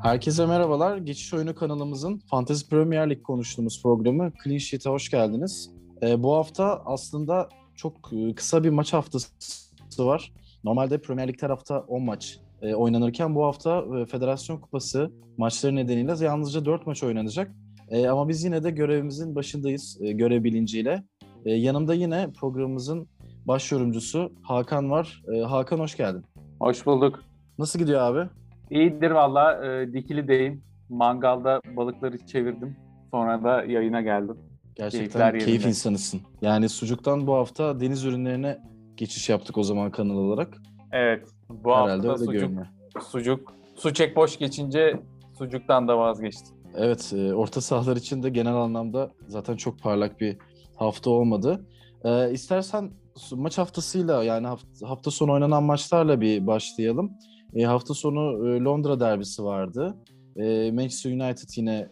Herkese merhabalar. Geçiş Oyunu kanalımızın Fantasy Premier Lig konuştuğumuz programı Clean Sheet'e hoş geldiniz. Bu hafta aslında çok kısa bir maç haftası var. Normalde Premier Lig tarafta 10 maç oynanırken bu hafta Federasyon Kupası maçları nedeniyle yalnızca 4 maç oynanacak. Ama biz yine de görevimizin başındayız görev bilinciyle. Yanımda yine programımızın baş yorumcusu Hakan var. Hakan hoş geldin. Hoş bulduk. Nasıl gidiyor abi? İyidir valla. Dikili'deyim. Mangalda balıkları çevirdim. Sonra da yayına geldim. Gerçekten keyif insanısın. Yani sucuktan bu hafta deniz ürünlerine geçiş yaptık o zaman kanal olarak. Evet. Bu Herhalde hafta öyle görünüyor. sucuk. Su çek boş geçince sucuktan da vazgeçtim. Evet, orta sahalar için de genel anlamda zaten çok parlak bir hafta olmadı. İstersen maç haftasıyla yani hafta sonu oynanan maçlarla bir başlayalım. Hafta sonu Londra derbisi vardı. Manchester United yine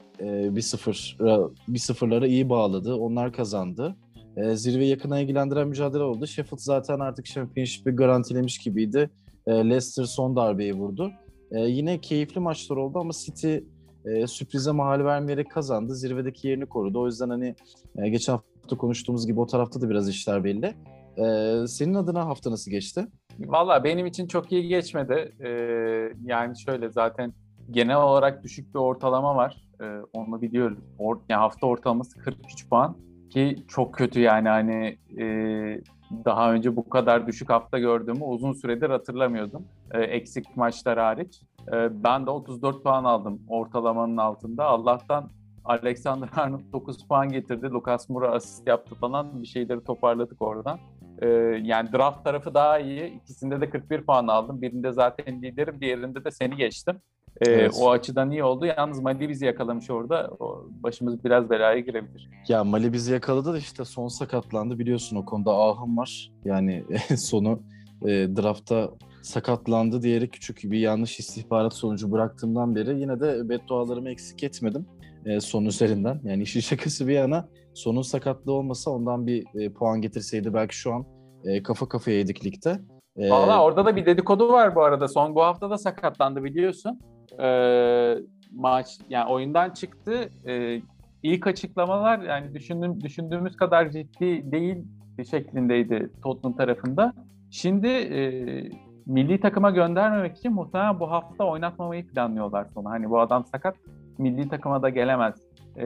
1-0'lara iyi bağladı. Onlar kazandı. Zirve yakına ilgilendiren mücadele oldu. Sheffield zaten artık Championship'i garantilemiş gibiydi. Leicester son darbeyi vurdu. Yine keyifli maçlar oldu ama City sürprize mahal vermeyerek kazandı. Zirvedeki yerini korudu. O yüzden hani geçen hafta konuştuğumuz gibi o tarafta da biraz işler belli. Senin adına hafta nasıl geçti? Valla benim için çok iyi geçmedi. Yani şöyle zaten genel olarak düşük bir ortalama var. Onu biliyoruz. Yani hafta ortalaması 43 puan ki çok kötü yani hani daha önce bu kadar düşük hafta gördüğümü uzun süredir hatırlamıyordum. Eksik maçlar hariç. Ben de 34 puan aldım ortalamanın altında. Allah'tan Alexander-Arnold 9 puan getirdi. Lucas Moura asist yaptı falan. Bir şeyleri toparladık oradan. Yani draft tarafı daha iyi. İkisinde de 41 puan aldım. Birinde zaten liderim, diğerinde de seni geçtim. Evet. O açıdan iyi oldu. Yalnız Mali bizi yakalamış orada. Başımız biraz belaya girebilir. Ya Mali bizi yakaladı da işte son sakatlandı. Biliyorsun o konuda ahım var. Yani sonu draftta sakatlandı diyerek küçük bir yanlış istihbarat sonucu bıraktığımdan beri yine de beddualarımı eksik etmedim son üzerinden. Yani işin şakası bir yana sonun sakatlığı olmasa ondan bir puan getirseydi belki şu an kafa kafaya yedik ligde. Valla orada da bir dedikodu var bu arada. Bu hafta da sakatlandı biliyorsun. Maç yani oyundan çıktı. İlk açıklamalar yani düşündüğümüz kadar ciddi değil şeklindeydi Tottenham tarafında. Şimdi milli takıma göndermemek için muhtemelen bu hafta oynatmamayı planlıyorlar sonra. Hani bu adam sakat, milli takıma da gelemez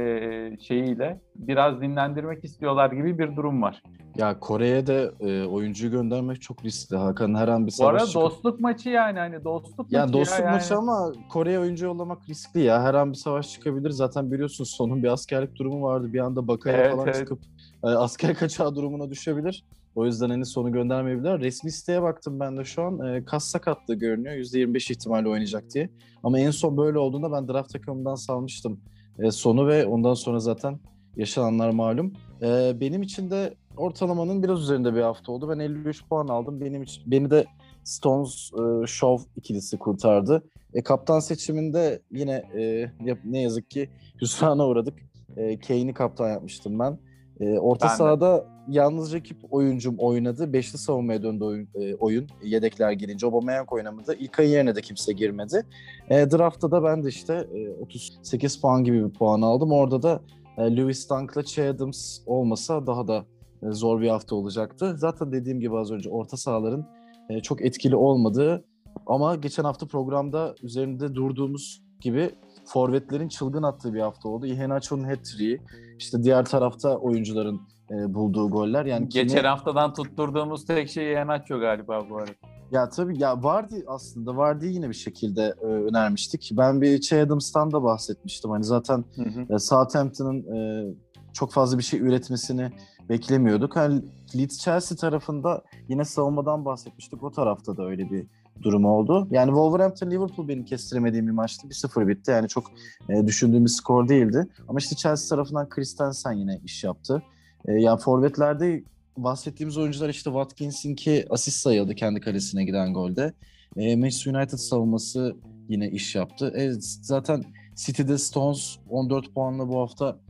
şeyiyle biraz dinlendirmek istiyorlar gibi bir durum var. Ya Kore'ye de oyuncuyu göndermek çok riskli. Hakan her an bir Bu savaş arada çıkıp... dostluk maçı yani hani dostluk Yani maçı ya dostluk maçı yani. ama Kore'ye oyuncu yollamak riskli ya. Her an bir savaş çıkabilir. Zaten biliyorsun sonun bir askerlik durumu vardı. Bir anda Bakay'a Evet, falan evet. çıkıp asker kaçağı durumuna düşebilir. O yüzden hani sonu göndermeyebilirler. Resmi siteye baktım ben de şu an. Kas sakatlığı görünüyor. %25 ihtimalle oynayacak diye. Ama en son böyle olduğunda ben draft takımından salmıştım sonu ve ondan sonra zaten yaşananlar malum. Benim için de ortalamanın biraz üzerinde bir hafta oldu. Ben 53 puan aldım. Beni de Stones Shaw ikilisi kurtardı. Kaptan seçiminde yine ne yazık ki hüsrana uğradık. Kane'i kaptan yapmıştım ben. Orta Ben de. sahada yalnızca rakip oyuncum oynadı. Beşli savunmaya döndü oyun. Yedekler girince. Aubameyang oynamadı. İlkay'ın yerine de kimse girmedi. Draftta da ben de işte 38 puan gibi bir puan aldım. Orada da Lewis Dunk'la Che Adams olmasa daha da zor bir hafta olacaktı. Zaten dediğim gibi az önce orta sahaların çok etkili olmadığı ama geçen hafta programda üzerinde durduğumuz gibi forvetlerin çılgın attığı bir hafta oldu. Iheanacho'nun hat-trick'i, işte diğer tarafta oyuncuların bulduğu goller. Yani Geçen haftadan tutturduğumuz tek şey Iheanacho galiba bu arada. Ya tabii ya vardı yine bir şekilde önermiştik. Ben bir Che Adams'tan da bahsetmiştim. Hani zaten Southampton'ın çok fazla bir şey üretmesini beklemiyorduk. Hani Leeds Chelsea tarafında yine savunmadan bahsetmiştik. O tarafta da öyle bir durum oldu. Yani Wolverhampton Liverpool benim kestiremediğim bir maçtı. 1-0 bitti. Yani çok düşündüğüm bir skor değildi. Ama işte Chelsea tarafından Christensen yine iş yaptı. Yani forvetlerde bahsettiğimiz oyuncular işte Watkins'inki asist sayıldı kendi kalesine giden golde. Manchester United savunması yine iş yaptı. Zaten City'de Stones 14 puanla bu hafta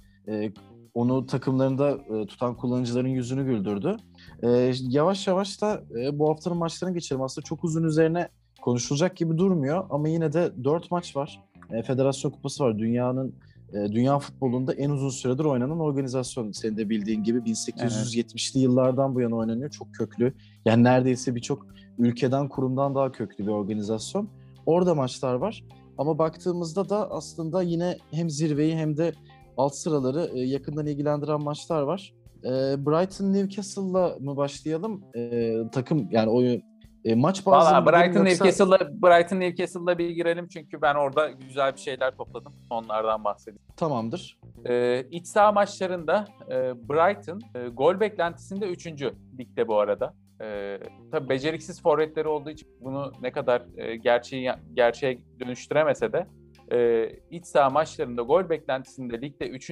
onu takımlarında tutan kullanıcıların yüzünü güldürdü. Yavaş yavaş da bu haftanın maçlarına geçelim. Aslında çok uzun üzerine konuşulacak gibi durmuyor ama yine de 4 maç var. Federasyon Kupası var. Dünya futbolunda en uzun süredir oynanan organizasyon. Senin de bildiğin gibi 1870'li yıllardan bu yana oynanıyor. Çok köklü. Yani neredeyse birçok ülkeden, kurumdan daha köklü bir organizasyon. Orada maçlar var. Ama baktığımızda da aslında yine hem zirveyi hem de alt sıraları yakından ilgilendiren maçlar var. Brighton Newcastle'la mı başlayalım? Takım yani oyun maç bazlı Valla mı gidelim yoksa... Brighton Newcastle'la bir girelim çünkü ben orada güzel bir şeyler topladım. Onlardan bahsedeyim. Tamamdır. İç saha maçlarında Brighton gol beklentisinde 3. ligde bu arada. Tabii beceriksiz forvetleri olduğu için bunu ne kadar gerçeğe dönüştüremese de iç saha maçlarında gol beklentisinde ligde 3.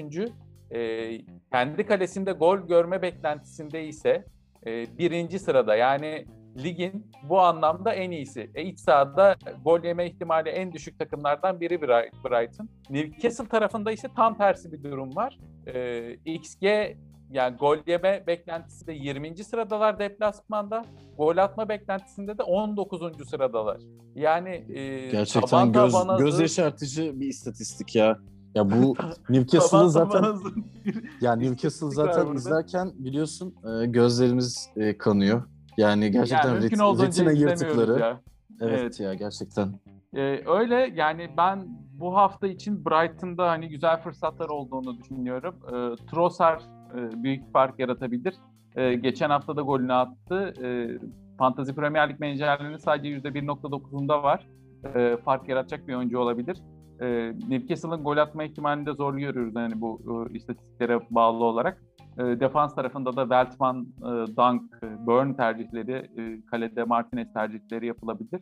Kendi kalesinde gol görme beklentisinde ise 1. sırada, yani ligin bu anlamda en iyisi. İç sahada gol yeme ihtimali en düşük takımlardan biri Brighton. Newcastle tarafında ise tam tersi bir durum var. XG, yani gol yeme beklentisinde 20. sıradalar deplasmanda. Gol atma beklentisinde de 19. sıradalar. Yani gerçekten göz yaşartıcı bir istatistik ya. Ya bu Newcastle'ı zaten Newcastle zaten izlerken biliyorsun gözlerimiz kanıyor. Yani gerçekten yani retina yırtıkları. Ya. Evet ya, gerçekten. Öyle yani, ben bu hafta için Brighton'da hani güzel fırsatlar olduğunu düşünüyorum. Trossard büyük fark yaratabilir. Geçen hafta da golünü attı. Fantasy Premier Lig menajerlerinin sadece %1.9'unda var. Fark yaratacak bir oyuncu olabilir. Newcastle'ın gol atma ihtimalini de zor görüyoruz yani bu istatistiklere bağlı olarak. Defans tarafında da Veltman, Dunk, Burn tercihleri, kalede Martinez tercihleri yapılabilir.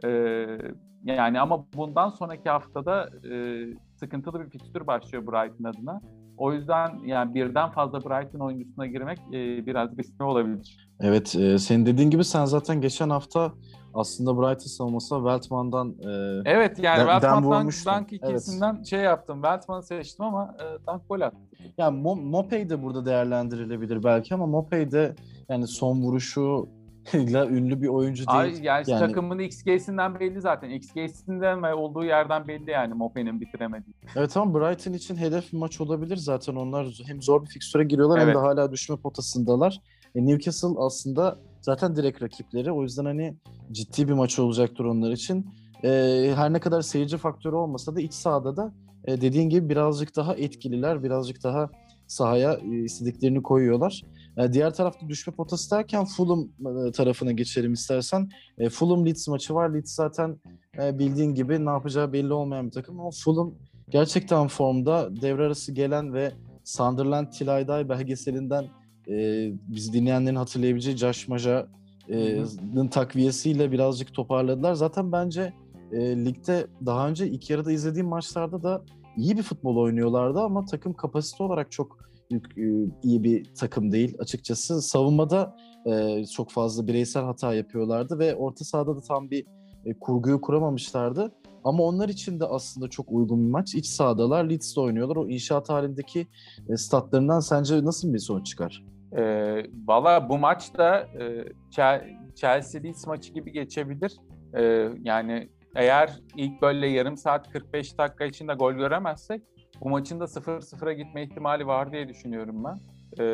Yani ama bundan sonraki haftada sıkıntılı bir fikstür başlıyor Brighton adına. O yüzden yani birden fazla Brighton oyuncusuna girmek biraz riskli olabilir. Evet, senin dediğin gibi sen zaten geçen hafta aslında Brighton savunması Veltman'dan evet yani Veltman'dan Dunk ikisinden yaptım. Veltman'ı seçtim ama Dunk gol attı. Yani Mopey de burada değerlendirilebilir belki ama Mopey de yani son vuruşu ile ünlü bir oyuncu değil. Yani takımın XG'sinden belli zaten. XG'sinden ve olduğu yerden belli yani Mopey'nin bitiremediği. Evet, ama Brighton için hedef bir maç olabilir zaten. Onlar hem zor bir fikstüre giriyorlar hem de hala düşme potasındalar. Newcastle aslında zaten direkt rakipleri. O yüzden hani ciddi bir maç olacaktır onlar için. Her ne kadar seyirci faktörü olmasa da iç sahada da dediğin gibi birazcık daha etkililer. Birazcık daha sahaya istediklerini koyuyorlar. Diğer tarafta düşme potası derken Fulham tarafına geçelim istersen. Fulham Leeds maçı var. Leeds zaten bildiğin gibi ne yapacağı belli olmayan bir takım ama Fulham gerçekten formda. Devre arası gelen ve Sunderland Till I Die belgeselinden biz dinleyenlerin hatırlayabileceği Josh Maja'nın takviyesiyle birazcık toparladılar. Zaten bence ligde daha önce ilk yarıda izlediğim maçlarda da iyi bir futbol oynuyorlardı ama takım kapasite olarak çok iyi bir takım değil açıkçası. Savunmada çok fazla bireysel hata yapıyorlardı ve orta sahada da tam bir kurguyu kuramamışlardı. Ama onlar için de aslında çok uygun bir maç. İç sahadalar, Leeds'te oynuyorlar. O inşaat halindeki statlarından sence nasıl bir sonuç çıkar? Valla bu maç da Chelsea-Leeds maçı gibi geçebilir. Yani eğer ilk böyle yarım saat 45 dakika içinde gol göremezsek bu maçın da 0-0'a gitme ihtimali var diye düşünüyorum ben.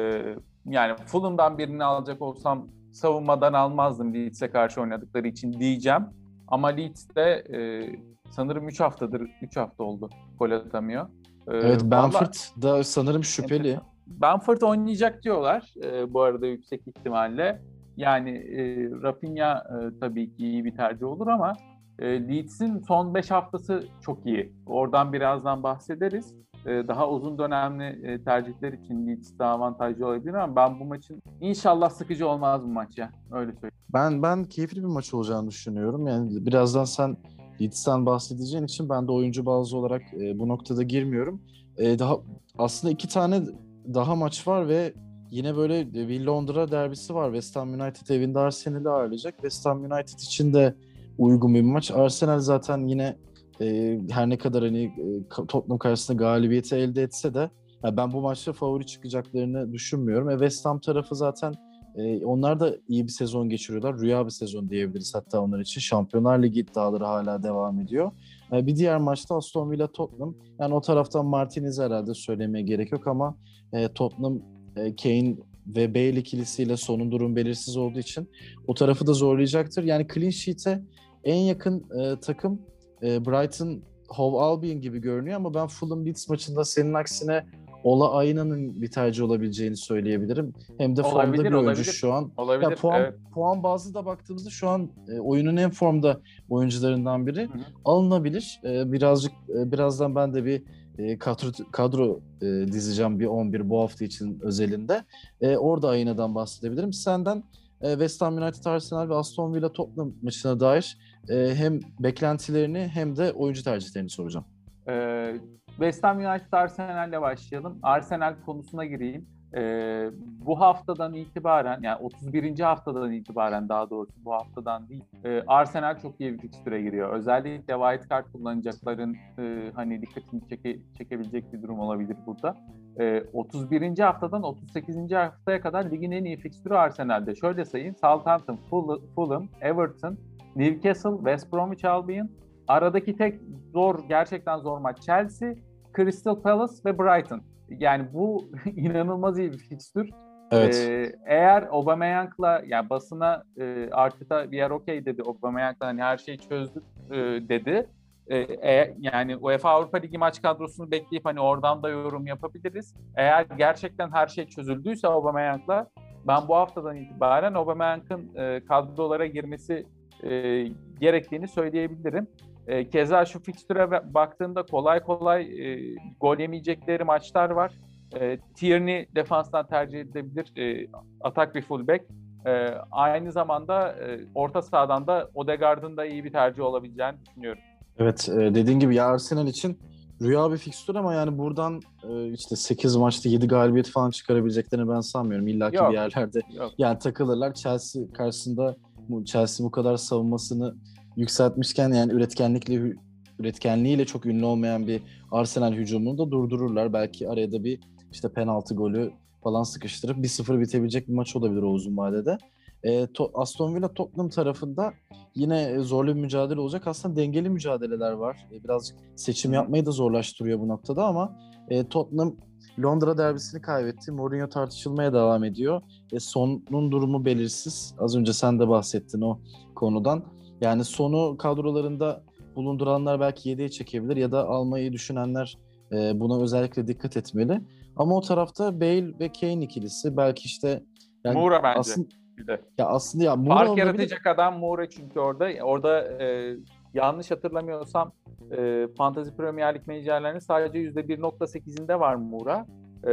Yani Fulham'dan birini alacak olsam savunmadan almazdım Leeds'e karşı oynadıkları için diyeceğim. Ama Leeds'te sanırım 3 hafta oldu gol atamıyor. Evet, Bamford da sanırım şüpheli. Bamford oynayacak diyorlar bu arada yüksek ihtimalle. Yani Rafinha tabii ki iyi bir tercih olur ama Leeds'in son 5 haftası çok iyi. Oradan birazdan bahsederiz. Daha uzun dönemli tercihler için Leeds daha avantajlı olabilir ama ben bu maçın inşallah sıkıcı olmaz bu maç ya. Öyle söyleyeyim. Ben keyifli bir maç olacağını düşünüyorum. Yani birazdan sen Leeds'ten bahsedeceğin için ben de oyuncu bazlı olarak bu noktada girmiyorum. Daha aslında 2 tane daha maç var ve yine böyle bir Londra derbisi var. West Ham United evinde Arsenal'i ağırlayacak. West Ham United için de uygun bir maç. Arsenal zaten yine her ne kadar hani Tottenham karşısında galibiyeti elde etse de ben bu maçta favori çıkacaklarını düşünmüyorum. West Ham tarafı zaten Onlar da iyi bir sezon geçiriyorlar. Rüya bir sezon diyebiliriz hatta onlar için. Şampiyonlar Ligi iddiaları hala devam ediyor. Bir diğer maçta Aston Villa Tottenham. Yani o taraftan Martinez herhalde söylemeye gerek yok ama Tottenham, Kane ve Bale ikilisiyle sonun durum belirsiz olduğu için o tarafı da zorlayacaktır. Yani clean sheet'e en yakın takım Brighton Hove Albion gibi görünüyor ama ben Fulham Leeds maçında senin aksine Ola Ayna'nın bir tercih olabileceğini söyleyebilirim. Hem de formda bir oyuncu şu an. Olabilir. Ya puan bazlı da baktığımızda şu an oyunun en formda oyuncularından biri. Hı-hı. Alınabilir. Birazdan ben de bir kadro dizeceğim bir 11 bu hafta için özelinde. Orada Ayna'dan bahsedebilirim. Senden West Ham United, Arsenal ve Aston Villa Tottenham maçına dair hem beklentilerini hem de oyuncu tercihlerini soracağım. West Ham United Arsenal'le başlayalım. Arsenal konusuna gireyim. Bu haftadan itibaren, yani 31. haftadan itibaren, daha doğrusu bu haftadan değil, Arsenal çok iyi bir fikstüre giriyor. Özellikle white card kullanacakların hani dikkatini çekebilecek bir durum olabilir burada. 31. haftadan 38. haftaya kadar ligin en iyi fikstürü Arsenal'de. Şöyle sayayım: Southampton, Fulham, Everton, Newcastle, West Bromwich Albion. Aradaki tek gerçekten zor maç Chelsea, Crystal Palace ve Brighton. Yani bu inanılmaz iyi bir fikstür. Evet. Eğer Aubameyang'la, yani basına Arteta bir yer okey dedi, Aubameyang'la hani her şeyi çözdük dedi. Yani UEFA Avrupa Ligi maç kadrosunu bekleyip hani oradan da yorum yapabiliriz. Eğer gerçekten her şey çözüldüyse Aubameyang'la, ben bu haftadan itibaren Aubameyang'ın kadrolara girmesi gerektiğini söyleyebilirim. Keza şu fikstüre baktığında kolay gol yemeyecekleri maçlar var. Tierney defanstan tercih edilebilir. Atak bir fullback. Aynı zamanda orta sahadan da Odegaard'ın da iyi bir tercih olabileceğini düşünüyorum. Evet, dediğin gibi ya Arsenal için rüya bir fikstür ama yani buradan işte 8 maçta 7 galibiyet falan çıkarabileceklerini ben sanmıyorum. İlla ki bir yerlerde yani takılırlar. Chelsea karşısında Chelsea bu kadar savunmasını yükseltmişken yani üretkenliğiyle çok ünlü olmayan bir Arsenal hücumunu da durdururlar. Belki araya da bir işte penaltı golü falan sıkıştırıp 1-0 bitebilecek bir maç olabilir o uzun vadede. Aston Villa Tottenham tarafında yine zorlu bir mücadele olacak. Aslında dengeli mücadeleler var. Birazcık seçim yapmayı da zorlaştırıyor bu noktada ama Tottenham Londra derbisini kaybetti. Mourinho tartışılmaya devam ediyor. Son'un durumu belirsiz. Az önce sen de bahsettin o konudan. Yani Son'u kadrolarında bulunduranlar belki 7'ye çekebilir ya da almayı düşünenler buna özellikle dikkat etmeli. Ama o tarafta Bale ve Kane ikilisi belki işte yani Moura bence. Bir de. Ya aslında ya Moura fark yaratacak adam Moura, çünkü orada yanlış hatırlamıyorsam Fantasy Premier Lig menajerlerinin sadece %1.8'inde var Moura.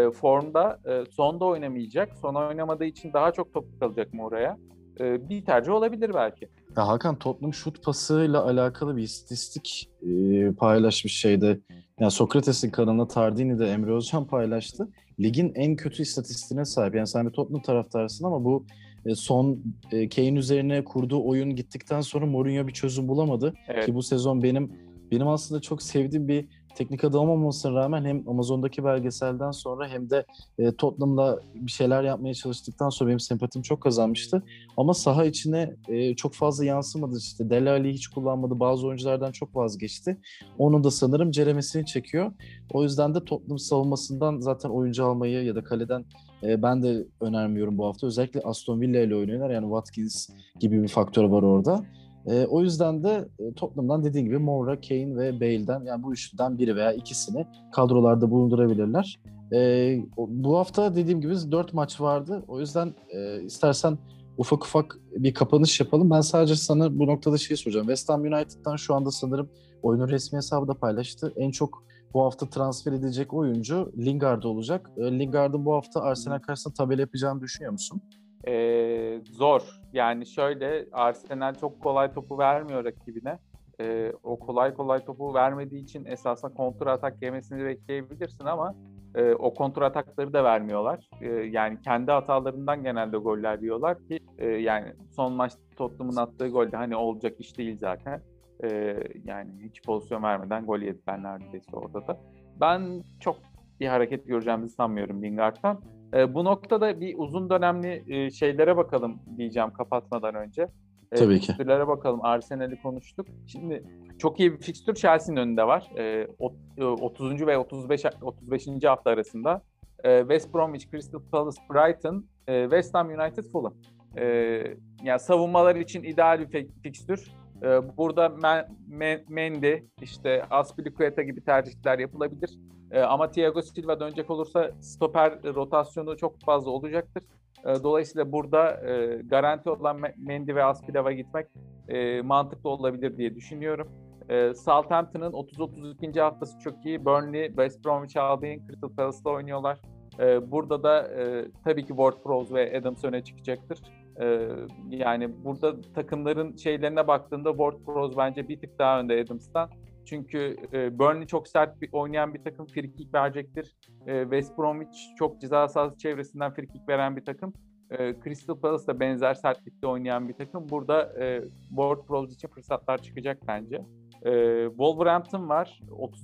Formda sonda oynamayacak. Son oynamadığı için daha çok top kalacak Moura'ya. Bir tercih olabilir belki. Ya Hakan, Tottenham şut pasıyla alakalı bir istatistik paylaşmış şeyde. Yani Sokrates'in kanalına Tardini'de Emre Özcan paylaştı. Ligin en kötü istatistiğine sahip. Yani sen bir Tottenham taraftarısın ama bu son Kane üzerine kurduğu oyun gittikten sonra Mourinho bir çözüm bulamadı. Evet. Ki bu sezon benim aslında çok sevdiğim bir teknik adam olmamasına rağmen hem Amazon'daki belgeselden sonra hem de Tottenham'la bir şeyler yapmaya çalıştıktan sonra benim sempatim çok kazanmıştı. Ama saha içine çok fazla yansımadı. İşte Dele Alli'yi hiç kullanmadı. Bazı oyunculardan çok vazgeçti. Onun da sanırım ceremesini çekiyor. O yüzden de Tottenham savunmasından zaten oyuncu almayı ya da kaleden ben de önermiyorum bu hafta. Özellikle Aston Villa ile oynuyorlar. Yani Watkins gibi bir faktör var orada. O yüzden de Tottenham'dan dediğin gibi Moura, Kane ve Bale'den, yani bu üçlüden biri veya ikisini kadrolarda bulundurabilirler. Bu hafta dediğim gibi 4 maç vardı. O yüzden istersen ufak bir kapanış yapalım. Ben sadece sana bu noktada şey soracağım. West Ham United'dan şu anda sanırım oyunun resmi hesabı da paylaştı. En çok bu hafta transfer edilecek oyuncu Lingard olacak. Lingard'ın bu hafta Arsenal karşısında tabela yapacağını düşünüyor musun? Zor. Yani şöyle, Arsenal çok kolay topu vermiyor rakibine. O kolay topu vermediği için esasında kontra atak yemesini bekleyebilirsin ama o kontra atakları da vermiyorlar. Yani kendi hatalarından genelde goller yiyorlar ki yani son maçta Tottenham'ın attığı golde hani olacak iş değil zaten. Yani hiç pozisyon vermeden gol yediler neredeyse orada da. Ben çok bir hareket göreceğimizi sanmıyorum Lingard'dan. Bu noktada bir uzun dönemli şeylere bakalım diyeceğim kapatmadan önce. Tabii ki. Fikstürlere bakalım. Arsenal'i konuştuk. Şimdi çok iyi bir fikstür Chelsea'nin önünde var. 30. ve 35. hafta arasında. West Bromwich, Crystal Palace, Brighton, West Ham United, Fulham. Yani savunmalar için ideal bir fikstür. Burada Mendy, işte Azpilicueta gibi tercihler yapılabilir. Ama Thiago Silva dönecek olursa stoper rotasyonu çok fazla olacaktır. Dolayısıyla burada garanti olan Mendy ve Azpilicueta'ya gitmek mantıklı olabilir diye düşünüyorum. Southampton'ın 30-32. haftası çok iyi. Burnley, West Bromwich Albion, Crystal Palace'la oynuyorlar. Burada da tabii ki Ward-Prowse ve Adams öne çıkacaktır. Yani burada takımların şeylerine baktığında Ward-Prowse bence bir tık daha önde Adams'tan. Çünkü Burnley çok sert oynayan bir takım, free-kick verecektir. West Bromwich çok ceza sahası çevresinden free-kick veren bir takım. Crystal Palace da benzer sertlikte oynayan bir takım. Burada Ward-Prowse için fırsatlar çıkacak bence. Wolverhampton var.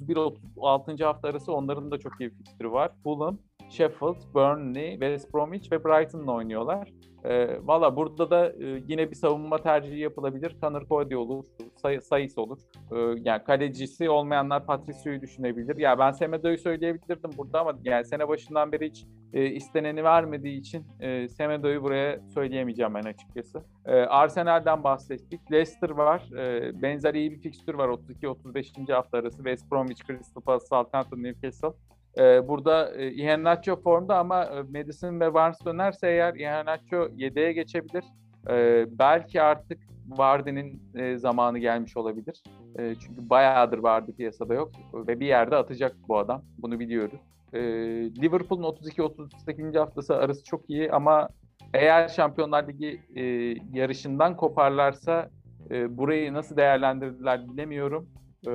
31-36. hafta arası onların da çok iyi bir fikstürü var. Fulham, Sheffield, Burnley, West Bromwich ve Brighton'la oynuyorlar. Valla burada da yine bir savunma tercihi yapılabilir. Conor Cody olur, Sayıs olur. Yani kalecisi olmayanlar Patricio'yu düşünebilir. Ya ben Semedo'yu söyleyebilirdim burada ama yani sene başından beri hiç isteneni vermediği için Semedo'yu buraya söyleyemeyeceğim ben açıkçası. Arsenal'den bahsettik. Leicester var. Benzer iyi bir fikstür var 32-35. hafta arası. West Bromwich, Crystal Palace, Southampton, Newcastle. Burada Iheanacho formda ama Maddison ve Barnes dönerse eğer Iheanacho yedeğe geçebilir. Belki artık Vardy'nin zamanı gelmiş olabilir. Çünkü bayağıdır Vardy piyasada yok ve bir yerde atacak bu adam. Bunu biliyoruz. Liverpool'un 32-38. haftası arası çok iyi ama eğer Şampiyonlar Ligi yarışından koparlarsa burayı nasıl değerlendirdiler bilemiyorum.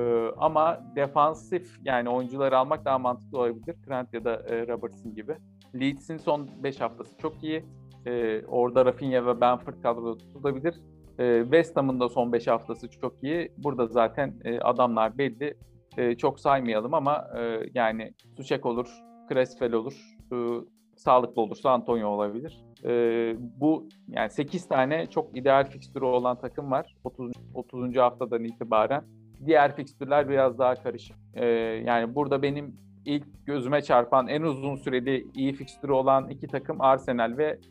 Ama defansif yani oyuncuları almak daha mantıklı olabilir. Trent ya da Robertson gibi. Leeds'in son 5 haftası çok iyi. Orada Rafinha ve Bamford kadroda tutulabilir. West Ham'ın da son 5 haftası çok iyi. Burada zaten adamlar belli. Çok saymayalım ama yani Suçek olur, Creswell olur, sağlıklı olursa Antonio olabilir. Bu yani 8 tane çok ideal fikstürü olan takım var 30. haftadan itibaren. Diğer fikstürler biraz daha karışık. Yani burada benim ilk gözüme çarpan en uzun süreli iyi fikstürü olan iki takım Arsenal ve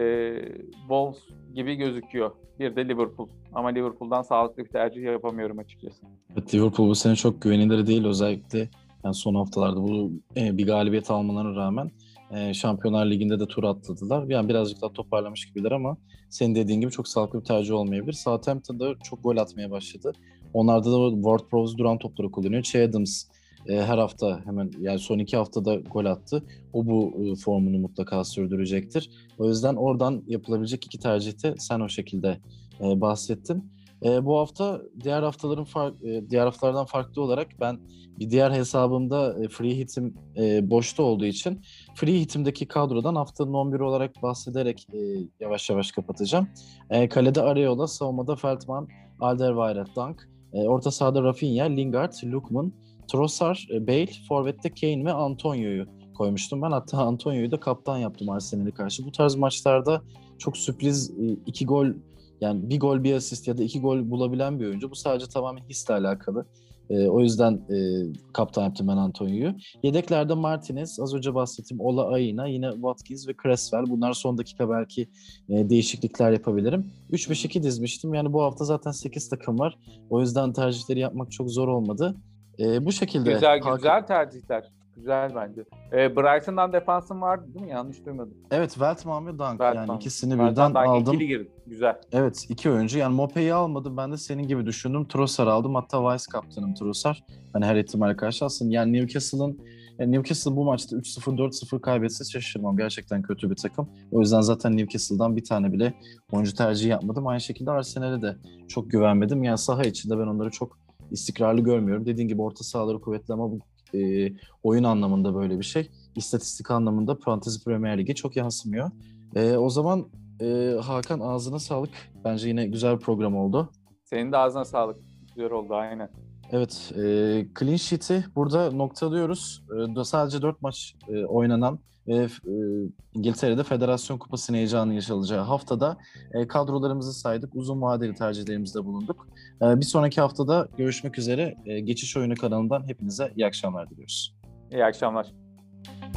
Wolves gibi gözüküyor. Bir de Liverpool. Ama Liverpool'dan sağlıklı bir tercih yapamıyorum açıkçası. Evet, Liverpool bu sene çok güvenilir değil. Özellikle yani son haftalarda bu bir galibiyet almalarına rağmen Şampiyonlar Ligi'nde de tur atladılar. Yani birazcık daha toparlamış gibiler ama senin dediğin gibi çok sağlıklı bir tercih olmayabilir. Southampton'da çok gol atmaya başladı. Onlarda da Ward-Prowse duran topları kullanıyor. Che Adams her hafta hemen yani son 2 haftada gol attı. O bu formunu mutlaka sürdürecektir. O yüzden oradan yapılabilecek iki tercihte sen o şekilde bahsettin. Bu hafta diğer haftalardan farklı olarak ben bir diğer hesabımda free hit'im boşta olduğu için free hit'imdeki kadrodan haftanın 11 olarak bahsederek yavaş yavaş kapatacağım. Kalede Areola, savunmada Veltman, Alderweireld, Dunk, orta sahada Rafinha, Lingard, Lookman, Trossard, Bale, forvette Kane ve Antonio'yu koymuştum. Ben hatta Antonio'yu da kaptan yaptım Arsenal'e karşı. Bu tarz maçlarda çok sürpriz 2 gol yani bir gol bir asist ya da 2 gol bulabilen bir oyuncu. Bu sadece tamamen hisle alakalı. O yüzden kaptan yaptım ben Antonio'yu. Yedeklerde Martinez, az önce bahsettiğim Ola Aina, yine Watkins ve Cresswell. Bunlar son dakika belki değişiklikler yapabilirim. 3-5-2 dizmiştim. Yani bu hafta zaten 8 takım var. O yüzden tercihleri yapmak çok zor olmadı. Bu şekilde. Güzel tercihler. Güzel bence. Brighton'dan defansın vardı değil mi? Yanlış duymadım. Evet, Veltman ve Dunk. Yani ikisini Veltman, birden aldım. İkili girdi. Güzel. Evet, 2 oyuncu. Yani Mopey'i almadım. Ben de senin gibi düşündüm. Trossard aldım. Hatta vice kaptanım Trossard. Hani her ihtimale karşı aslında. Yani Newcastle bu maçta 3-0, 4-0 kaybetse şaşırmam. Gerçekten kötü bir takım. O yüzden zaten Newcastle'dan bir tane bile oyuncu tercihi yapmadım. Aynı şekilde Arsenal'e de çok güvenmedim. Yani saha içinde ben onları çok istikrarlı görmüyorum. Dediğin gibi orta sahaları kuvvetli ama bu oyun anlamında böyle bir şey. İstatistik anlamında Fantasy Premier Lig'e çok yansımıyor. O zaman Hakan, ağzına sağlık. Bence yine güzel bir program oldu. Senin de ağzına sağlık. Güzel oldu aynen. Evet, clean sheet'i burada noktalıyoruz. Sadece 4 maç oynanan ve İngiltere'de Federasyon Kupası'nın heyecanı yaşanacağı haftada kadrolarımızı saydık. Uzun vadeli tercihlerimizde bulunduk. Bir sonraki haftada görüşmek üzere. Geçiş Oyunu kanalından hepinize iyi akşamlar diliyoruz. İyi akşamlar.